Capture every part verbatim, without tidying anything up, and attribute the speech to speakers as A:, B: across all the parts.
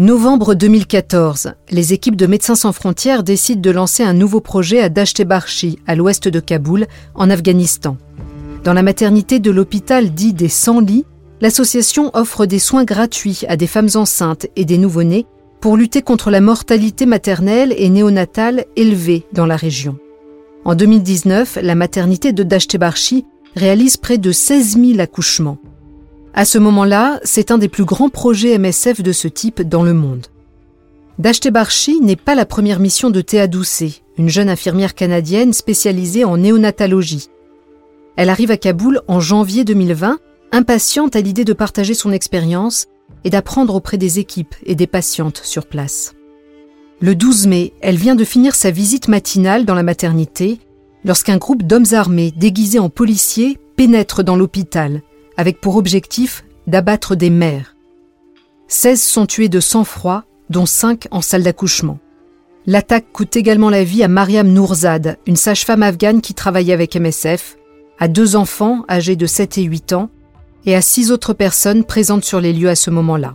A: Novembre deux mille quatorze, les équipes de Médecins sans frontières décident de lancer un nouveau projet à Dashte-Barchi, à l'ouest de Kaboul, en Afghanistan. Dans la maternité de l'hôpital dit des cent lits, l'association offre des soins gratuits à des femmes enceintes et des nouveau-nés pour lutter contre la mortalité maternelle et néonatale élevée dans la région. En deux mille dix-neuf, la maternité de Dashte-Barchi réalise près de seize mille accouchements. À ce moment-là, c'est un des plus grands projets M S F de ce type dans le monde. Dashte-Barchi n'est pas la première mission de Théa Doucet, une jeune infirmière canadienne spécialisée en néonatologie. Elle arrive à Kaboul en janvier deux mille vingt, impatiente à l'idée de partager son expérience et d'apprendre auprès des équipes et des patientes sur place. Le douze mai, elle vient de finir sa visite matinale dans la maternité lorsqu'un groupe d'hommes armés déguisés en policiers pénètre dans l'hôpital, avec pour objectif d'abattre des mères. seize sont tués de sang-froid, dont cinq en salle d'accouchement. L'attaque coûte également la vie à Mariam Nourzad, une sage-femme afghane qui travaillait avec M S F, à deux enfants âgés de sept et huit ans, et à six autres personnes présentes sur les lieux à ce moment-là.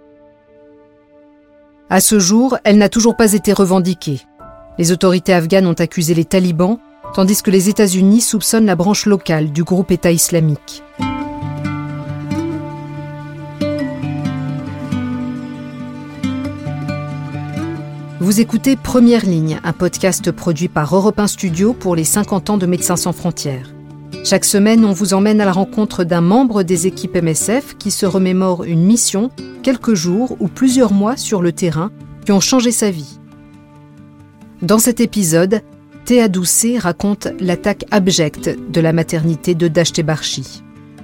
A: À ce jour, elle n'a toujours pas été revendiquée. Les autorités afghanes ont accusé les talibans, tandis que les États-Unis soupçonnent la branche locale du groupe État islamique. Vous écoutez Première Ligne, un podcast produit par Europe un Studio pour les cinquante ans de Médecins sans frontières. Chaque semaine, on vous emmène à la rencontre d'un membre des équipes M S F qui se remémore une mission, quelques jours ou plusieurs mois sur le terrain, qui ont changé sa vie. Dans cet épisode, Théa Doucet raconte l'attaque abjecte de la maternité de Dashte-Barchi.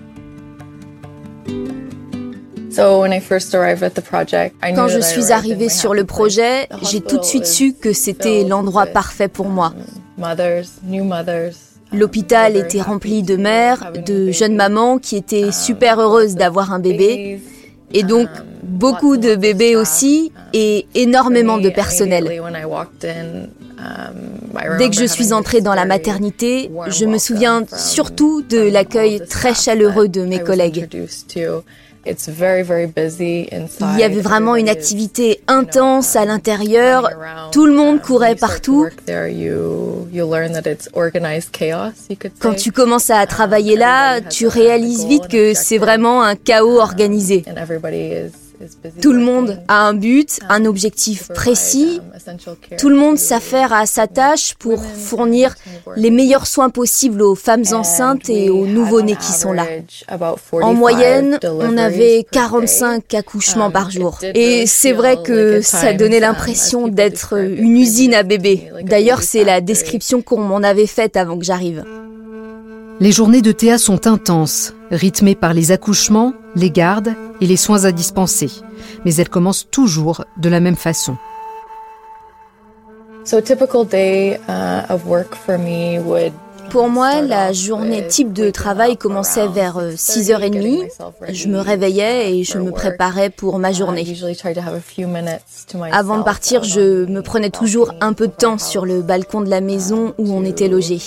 B: Quand je suis arrivée sur le projet, j'ai tout de suite su que c'était l'endroit parfait pour moi. L'hôpital était rempli de mères, de jeunes mamans qui étaient super heureuses d'avoir un bébé, et donc beaucoup de bébés aussi, et énormément de personnel. Dès que je suis entrée dans la maternité, je me souviens surtout de l'accueil très chaleureux de mes collègues. Il y avait vraiment une activité intense à l'intérieur, tout le monde courait partout. Quand tu commences à travailler là, tu réalises vite que c'est vraiment un chaos organisé. Tout le monde a un but, un objectif précis. Tout le monde s'affaire à sa tâche pour fournir les meilleurs soins possibles aux femmes enceintes et aux nouveau-nés qui sont là. En moyenne, on avait quarante-cinq accouchements par jour. Et c'est vrai que ça donnait l'impression d'être une usine à bébés. D'ailleurs, c'est la description qu'on m'en avait faite avant que j'arrive.
A: Les journées de Théa sont intenses, rythmées par les accouchements, les gardes et les soins à dispenser. Mais elles commencent toujours de la même façon.
B: Pour moi, la journée type de travail commençait vers six heures trente. Je me réveillais et je me préparais pour ma journée. Avant de partir, je me prenais toujours un peu de temps sur le balcon de la maison où on était logé.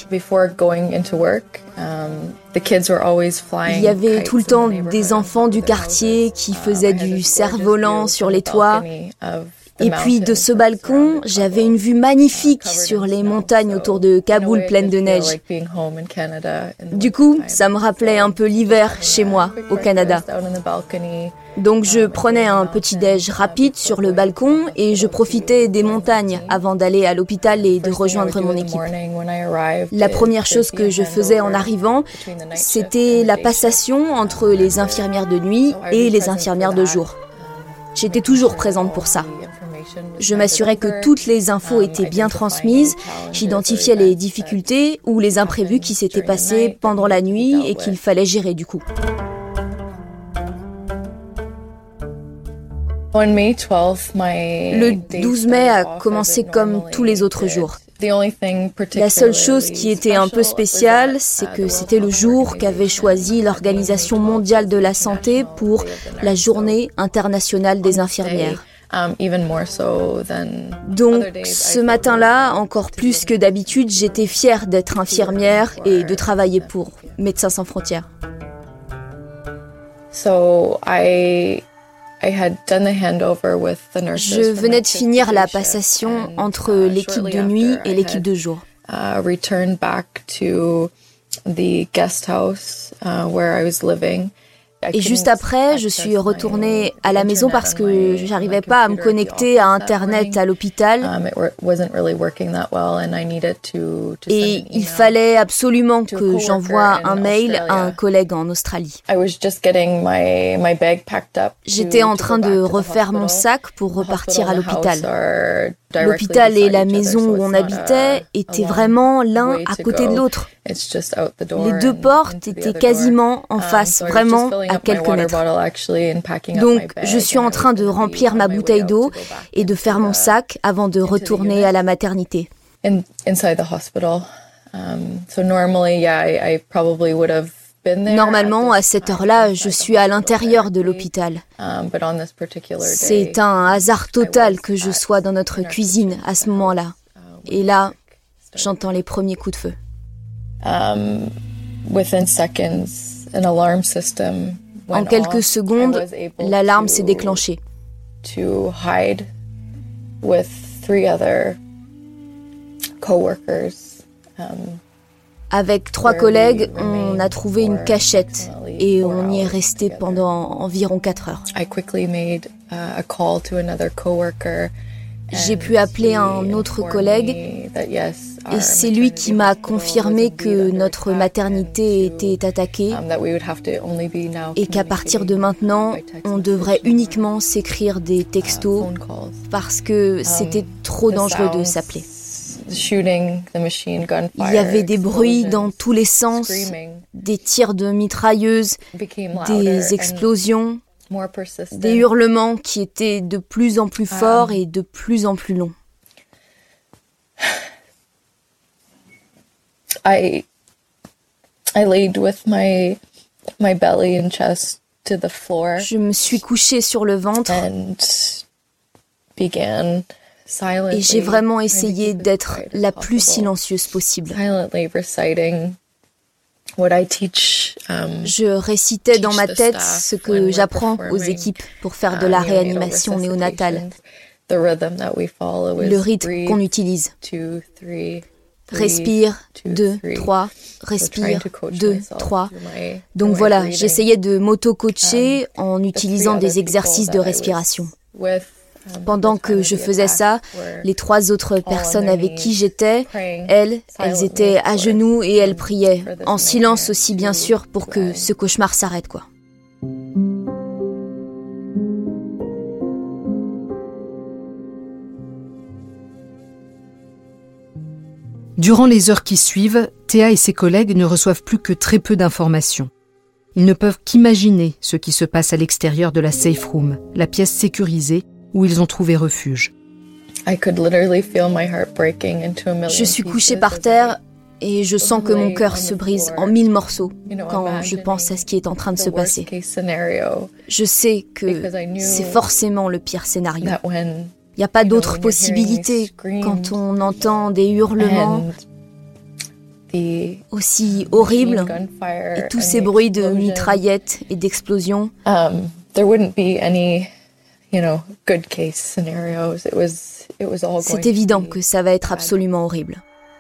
B: Il y avait tout le temps des enfants du quartier qui faisaient du cerf-volant sur les toits. Et puis de ce balcon, j'avais une vue magnifique sur les montagnes autour de Kaboul pleines de neige. Du coup, ça me rappelait un peu l'hiver chez moi, au Canada. Donc je prenais un petit-déj rapide sur le balcon et je profitais des montagnes avant d'aller à l'hôpital et de rejoindre mon équipe. La première chose que je faisais en arrivant, c'était la passation entre les infirmières de nuit et les infirmières de jour. J'étais toujours présente pour ça. Je m'assurais que toutes les infos étaient bien transmises, j'identifiais les difficultés ou les imprévus qui s'étaient passés pendant la nuit et qu'il fallait gérer du coup. Le douze mai a commencé comme tous les autres jours. La seule chose qui était un peu spéciale, c'est que c'était le jour qu'avait choisi l'Organisation mondiale de la santé pour la Journée internationale des infirmières. Donc, ce matin-là, encore plus que d'habitude, j'étais fière d'être infirmière et de travailler pour Médecins sans frontières. Je venais de finir la passation entre l'équipe de nuit et l'équipe de jour.
C: Uh, returned back to the guest house uh, where I was living.
B: Et juste après, je suis retournée à la maison parce que j'arrivais pas à me connecter à Internet à l'hôpital. Et il fallait absolument que j'envoie un mail à un collègue en Australie. J'étais en train de refaire mon sac pour repartir à l'hôpital. L'hôpital et la maison où on habitait étaient vraiment l'un à côté de l'autre. Les deux portes étaient quasiment en face, vraiment à quelques mètres. Donc, je suis en train de remplir ma bouteille d'eau et de faire mon sac avant de retourner à la maternité. Normalement, à cette heure-là, je suis à l'intérieur de l'hôpital. C'est un hasard total que je sois dans notre cuisine à ce moment-là. Et là, j'entends les premiers coups de feu.
C: Um, within seconds, an alarm system went
B: en quelques
C: off.
B: secondes, l'alarme s'est déclenchée.
C: To hide with three other coworkers. Um,
B: Avec trois collègues, on a trouvé une cachette et on y est resté pendant environ quatre heures.
C: I quickly made uh, a call to another coworker.
B: J'ai pu appeler un autre collègue et c'est lui qui m'a confirmé que notre maternité était attaquée et qu'à partir de maintenant, on devrait uniquement s'écrire des textos parce que c'était trop dangereux de s'appeler. Il y avait des bruits dans tous les sens, des tirs de mitrailleuses, des explosions, des hurlements qui étaient de plus en plus forts et de plus en plus longs.
C: I I laid with my my belly and chest to the floor.
B: Je me suis couchée sur le ventre
C: and began silently,
B: et j'ai vraiment essayé d'être la plus silencieuse possible.
C: Silently reciting what I teach, um,
B: Je récitais dans ma tête ce que j'apprends aux équipes pour faire de la réanimation néonatale, le rythme qu'on utilise. Respire, deux, trois, respire, deux, trois. Donc voilà, j'essayais de m'auto-coacher en utilisant des exercices de respiration. Pendant que je faisais ça, les trois autres personnes avec qui j'étais, elles, elles étaient à genoux et elles priaient, en silence aussi bien sûr, pour que ce cauchemar s'arrête, quoi.
A: Durant les heures qui suivent, Théa et ses collègues ne reçoivent plus que très peu d'informations. Ils ne peuvent qu'imaginer ce qui se passe à l'extérieur de la safe room, la pièce sécurisée où ils ont trouvé refuge.
B: Je suis couchée par terre et je sens que mon cœur se brise en mille morceaux quand je pense à ce qui est en train de se passer. Je sais que c'est forcément le pire scénario. Il n'y a pas d'autre possibilité quand on entend des hurlements aussi horribles et tous ces bruits de mitraillettes et d'explosions.
C: Um, there wouldn't be any, you know, good case scenarios. It was, it was all
B: C'est évident que ça va être absolument horrible.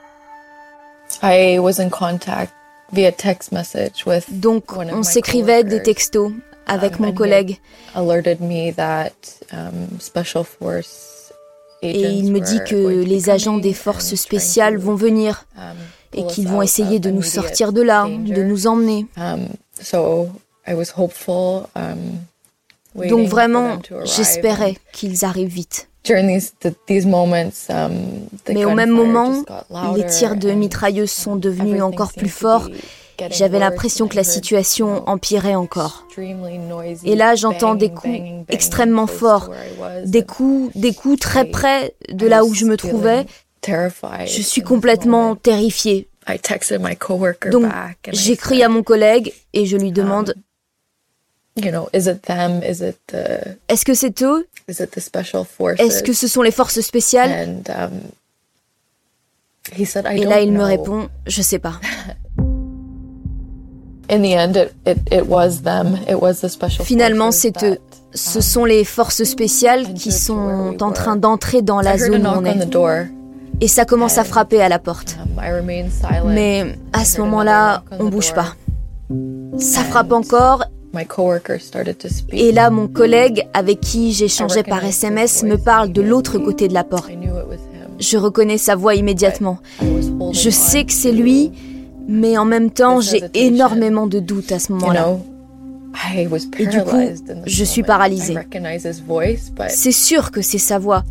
C: I was in contact via text message with
B: Donc, on s'écrivait des textos avec mon collègue. Et il me dit que les agents des forces spéciales vont venir et qu'ils vont essayer de nous sortir de là, de nous emmener. Donc vraiment, j'espérais qu'ils arrivent vite. Mais au même moment, les tirs de mitrailleuses sont devenus encore plus forts. J'avais l'impression que la situation empirait encore. Et là, j'entends des coups extrêmement forts, des coups, des coups très près de là où je me trouvais. Je suis complètement terrifiée. Donc, j'écris à mon collègue et je lui demande est-ce que c'est eux? Est-ce que ce sont les forces spéciales? Et là, il me répond je sais pas. Finalement, c'est eux. Ce sont les forces spéciales qui sont en train d'entrer dans la zone où on est. Et ça commence à frapper à la porte. Mais à ce moment-là, on bouge pas. Ça frappe encore. Et là, mon collègue, avec qui j'échangeais par S M S, me parle de l'autre côté de la porte. Je reconnais sa voix immédiatement. Je sais que c'est lui, mais en même temps, j'ai énormément de doutes à ce moment-là. Et du coup, je suis paralysée. C'est sûr que c'est sa voix.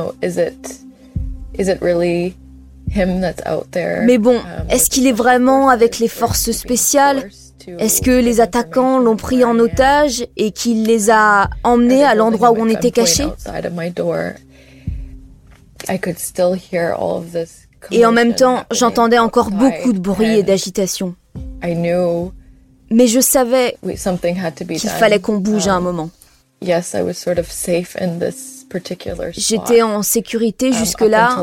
B: Mais bon, est-ce qu'il est vraiment avec les forces spéciales ? Est-ce que les attaquants l'ont pris en otage et qu'il les a emmenés à l'endroit où on était cachés ? Et en même temps, j'entendais encore beaucoup de bruit et d'agitation. Mais je savais qu'il fallait qu'on bouge à un moment. J'étais en sécurité jusque-là,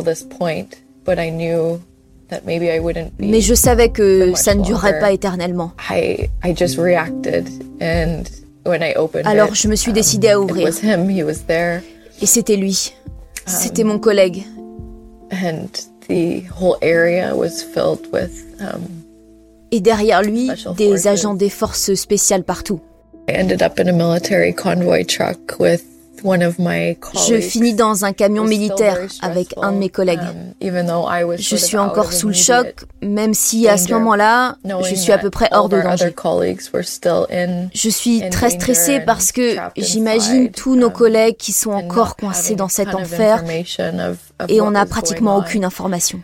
B: mais je savais que ça ne durerait pas éternellement. Alors je me suis décidée à ouvrir. Et c'était lui. C'était mon collègue. Et derrière lui, des agents des forces spéciales partout. Je finis dans un camion militaire avec un de mes collègues. Je suis encore sous le choc, même si à ce moment-là, je suis à peu près hors de danger. Je suis très stressée parce que j'imagine tous nos collègues qui sont encore coincés dans cet enfer et on n'a pratiquement aucune information.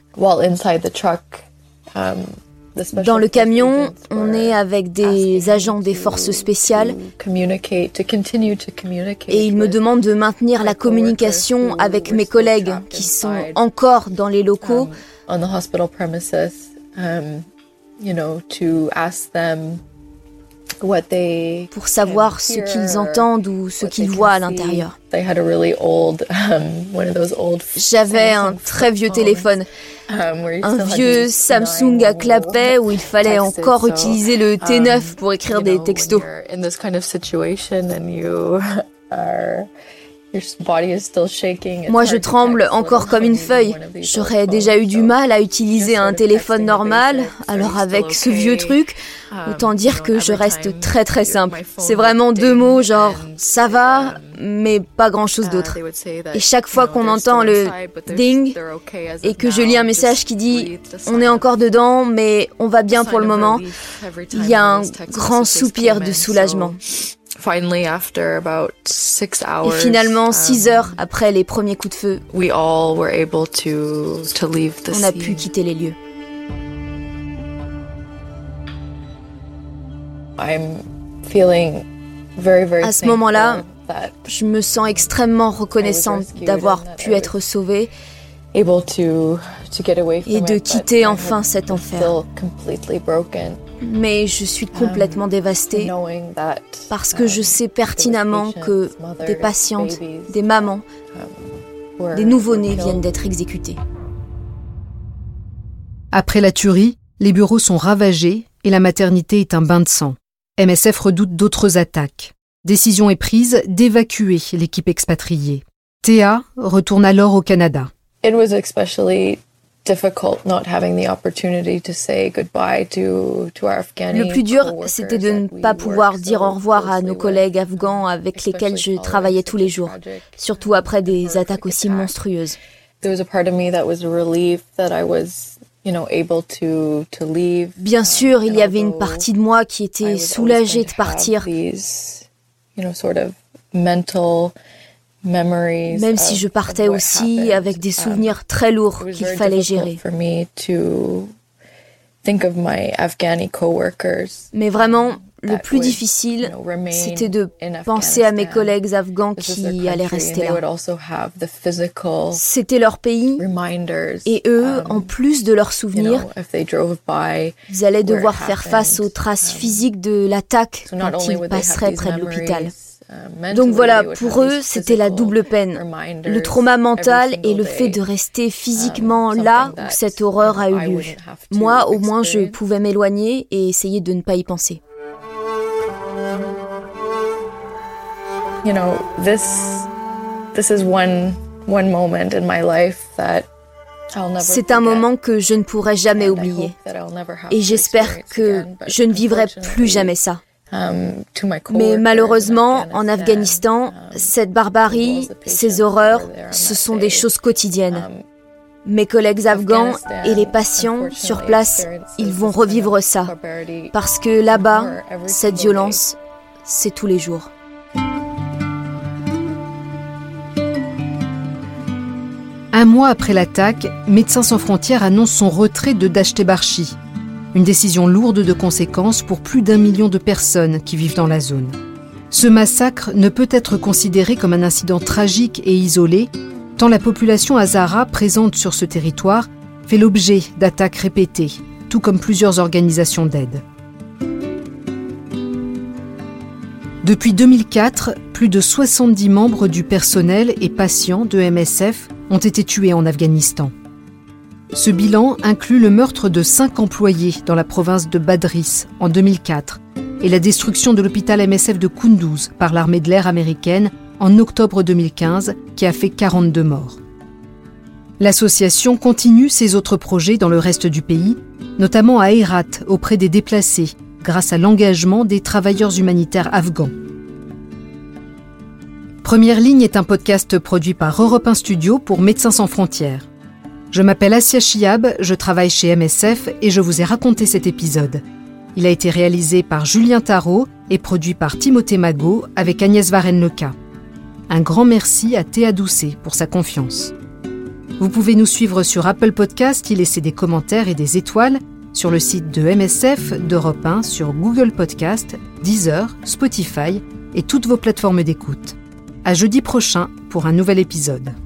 B: Dans le camion, on est avec des agents des forces spéciales et ils me demandent de maintenir la communication avec mes collègues qui sont encore dans les locaux pour savoir ce qu'ils entendent ou ce qu'ils voient à l'intérieur. J'avais un très vieux téléphone, un vieux Samsung à clapet où il fallait encore utiliser le T neuf pour écrire des textos. Moi, je tremble encore comme une feuille. J'aurais déjà eu du mal à utiliser un téléphone normal, alors avec ce vieux truc, autant dire que je reste très très simple. C'est vraiment deux mots genre « ça va », mais pas grand-chose d'autre. Et chaque fois qu'on entend le « ding » et que je lis un message qui dit « on est encore dedans, mais on va bien pour le moment », il y a un grand soupir de soulagement. Et finalement, six heures après les premiers coups de feu, on a pu quitter les lieux. À ce moment-là, je me sens extrêmement reconnaissante d'avoir pu être sauvée et de quitter enfin cet enfer. Mais je suis complètement dévastée parce que je sais pertinemment que des patientes, des mamans, des nouveau-nés viennent d'être exécutés.
A: Après la tuerie, les bureaux sont ravagés et la maternité est un bain de sang. M S F redoute d'autres attaques. Décision est prise d'évacuer l'équipe expatriée. Théa retourne alors au Canada.
C: It was especially difficult not having the opportunity to say goodbye to to our Afghani.
B: Le plus dur, c'était de ne pas pouvoir dire au revoir à nos collègues afghans avec lesquels je travaillais tous les jours, surtout après des attaques aussi monstrueuses.
C: There was a part of me that was relieved that I was, you know, able to to leave.
B: Bien sûr, il y avait une partie de moi qui était soulagée de partir.
C: These, you know, sort of mental
B: Même si je partais aussi avec des souvenirs très lourds qu'il fallait gérer. Mais vraiment, le plus difficile, c'était de penser à mes collègues afghans qui allaient rester là. C'était leur pays, et eux, en plus de leurs souvenirs, ils allaient devoir faire face aux traces physiques de l'attaque quand ils passeraient près de l'hôpital. Donc voilà, pour eux, c'était la double peine. Le trauma mental et le fait de rester physiquement là où cette horreur a eu lieu. Moi, au moins, je pouvais m'éloigner et essayer de ne pas y penser.
C: You know, this this is one one moment in my life that I'll never
B: C'est un moment que je ne pourrai jamais oublier. Et j'espère que je ne vivrai plus jamais ça. Mais malheureusement, en Afghanistan, cette barbarie, ces horreurs, ce sont des choses quotidiennes. Mes collègues afghans et les patients sur place, ils vont revivre ça. Parce que là-bas, cette violence, c'est tous les jours.
A: Un mois après l'attaque, Médecins sans frontières annonce son retrait de Dasht-e Barchi. Une décision lourde de conséquences pour plus d'un million de personnes qui vivent dans la zone. Ce massacre ne peut être considéré comme un incident tragique et isolé, tant la population hazara présente sur ce territoire fait l'objet d'attaques répétées, tout comme plusieurs organisations d'aide. Depuis deux mille quatre, plus de soixante-dix membres du personnel et patients de M S F ont été tués en Afghanistan. Ce bilan inclut le meurtre de cinq employés dans la province de Badghis en deux mille quatre et la destruction de l'hôpital M S F de Kunduz par l'armée de l'air américaine en octobre deux mille quinze, qui a fait quarante-deux morts. L'association continue ses autres projets dans le reste du pays, notamment à Herat, auprès des déplacés, grâce à l'engagement des travailleurs humanitaires afghans. Première ligne est un podcast produit par Europe un Studio pour Médecins sans frontières. Je m'appelle Assia Chiab, je travaille chez M S F et je vous ai raconté cet épisode. Il a été réalisé par Julien Tarot et produit par Timothée Magot avec Agnès Varenne-Leca. Un grand merci à Théa Doucet pour sa confiance. Vous pouvez nous suivre sur Apple Podcast, y laisser des commentaires et des étoiles, sur le site de M S F, d'Europe un, sur Google Podcast, Deezer, Spotify et toutes vos plateformes d'écoute. À jeudi prochain pour un nouvel épisode.